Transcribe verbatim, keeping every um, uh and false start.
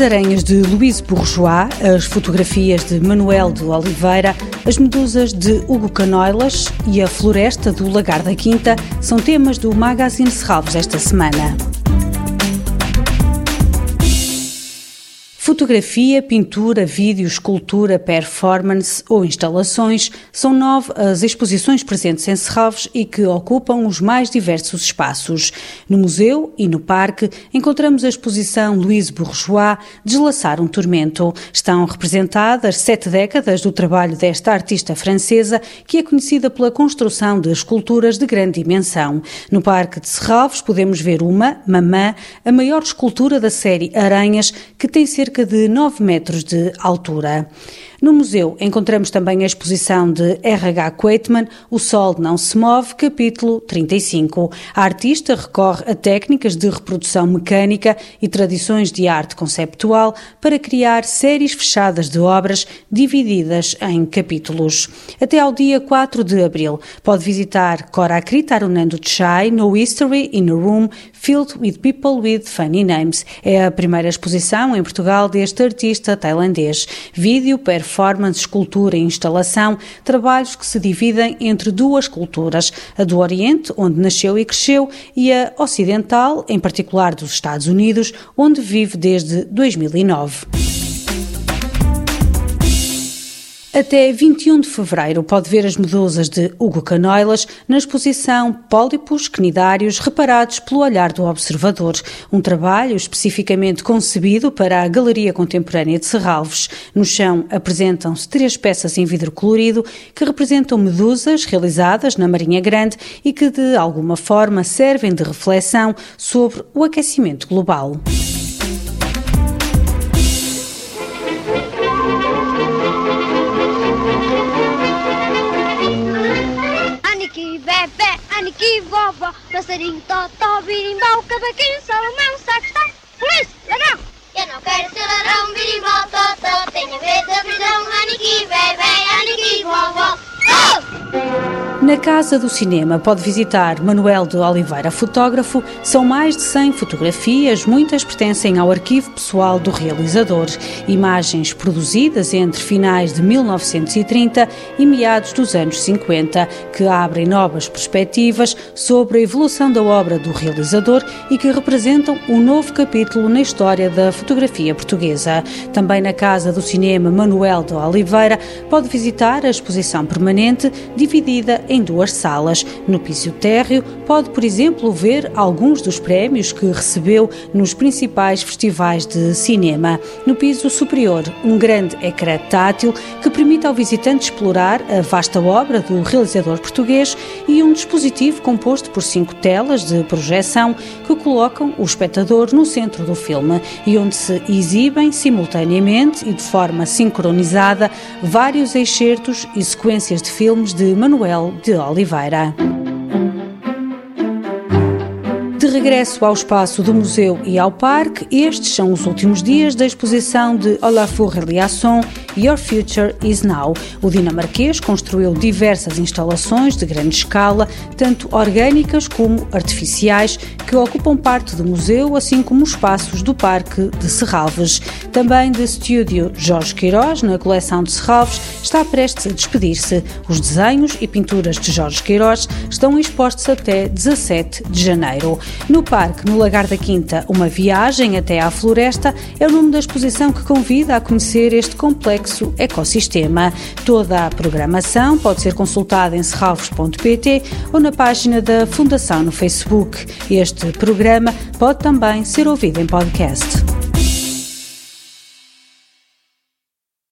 aranhas de Louise Bourgeois, as fotografias de Manuel de Oliveira, as medusas de Hugo Canoilas e a floresta do Lagar da Quinta são temas do Magazine Serralves esta semana. Fotografia, pintura, vídeo, escultura, performance ou instalações são nove as exposições presentes em Serralves e que ocupam os mais diversos espaços. No museu e no parque encontramos a exposição Louise Bourgeois, Deslaçar um Tormento. Estão representadas sete décadas do trabalho desta artista francesa, que é conhecida pela construção de esculturas de grande dimensão. No parque de Serralves podemos ver uma, Mamã, a maior escultura da série Aranhas, que tem cerca de nove metros de altura. No museu encontramos também a exposição de R H Koetman, O Sol Não Se Move, capítulo trinta e cinco. A artista recorre a técnicas de reprodução mecânica e tradições de arte conceptual para criar séries fechadas de obras divididas em capítulos. Até ao dia quatro de abril pode visitar Korakrit Arunendu-Chai no History in a Room Filled with People with Funny Names. É a primeira exposição em Portugal deste artista tailandês. Vídeo, performance, escultura e instalação, trabalhos que se dividem entre duas culturas, a do Oriente, onde nasceu e cresceu, e a ocidental, em particular dos Estados Unidos, onde vive desde dois mil e nove. Até vinte e um de fevereiro pode ver as medusas de Hugo Canoilas na exposição Pólipos Cnidários reparados pelo olhar do observador, um trabalho especificamente concebido para a Galeria Contemporânea de Serralves. No chão apresentam-se três peças em vidro colorido que representam medusas realizadas na Marinha Grande e que de alguma forma servem de reflexão sobre o aquecimento global. Bebê, Aniki, vovó, passarinho, totó, birimbau, cavaquinho, salomão, sacristão, polícia, ladrão. Eu não quero ser ladrão, birimbau, totó, tenho medo da prisão, Aniki, bebê, Aniki, vovó. Oh! Na Casa do Cinema pode visitar Manuel de Oliveira, fotógrafo. São mais de cem fotografias, muitas pertencem ao arquivo pessoal do realizador. Imagens produzidas entre finais de mil novecentos e trinta e meados dos anos cinquenta, que abrem novas perspectivas sobre a evolução da obra do realizador e que representam um novo capítulo na história da fotografia portuguesa. Também na Casa do Cinema Manuel de Oliveira pode visitar a exposição permanente, dividida em duas salas. No piso térreo pode, por exemplo, ver alguns dos prémios que recebeu nos principais festivais de cinema. No piso superior, um grande ecrã tátil que permite ao visitante explorar a vasta obra do realizador português e um dispositivo composto por cinco telas de projeção que colocam o espectador no centro do filme e onde se exibem simultaneamente e de forma sincronizada vários excertos e sequências de filmes de Manuel de Oliveira. De regresso ao espaço do museu e ao parque, estes são os últimos dias da exposição de Olafur Eliasson, Your Future is Now. O dinamarquês construiu diversas instalações de grande escala, tanto orgânicas como artificiais, que ocupam parte do museu, assim como os espaços do Parque de Serralves. Também de estúdio Jorge Queiroz, na coleção de Serralves, está prestes a despedir-se. Os desenhos e pinturas de Jorge Queiroz estão expostos até dezassete de janeiro. No parque, no Lagar da Quinta, uma viagem até à floresta é o nome da exposição que convida a conhecer este complexo ecossistema. Toda a programação pode ser consultada em serralves ponto pt ou na página da Fundação no Facebook. Este programa pode também ser ouvido em podcast.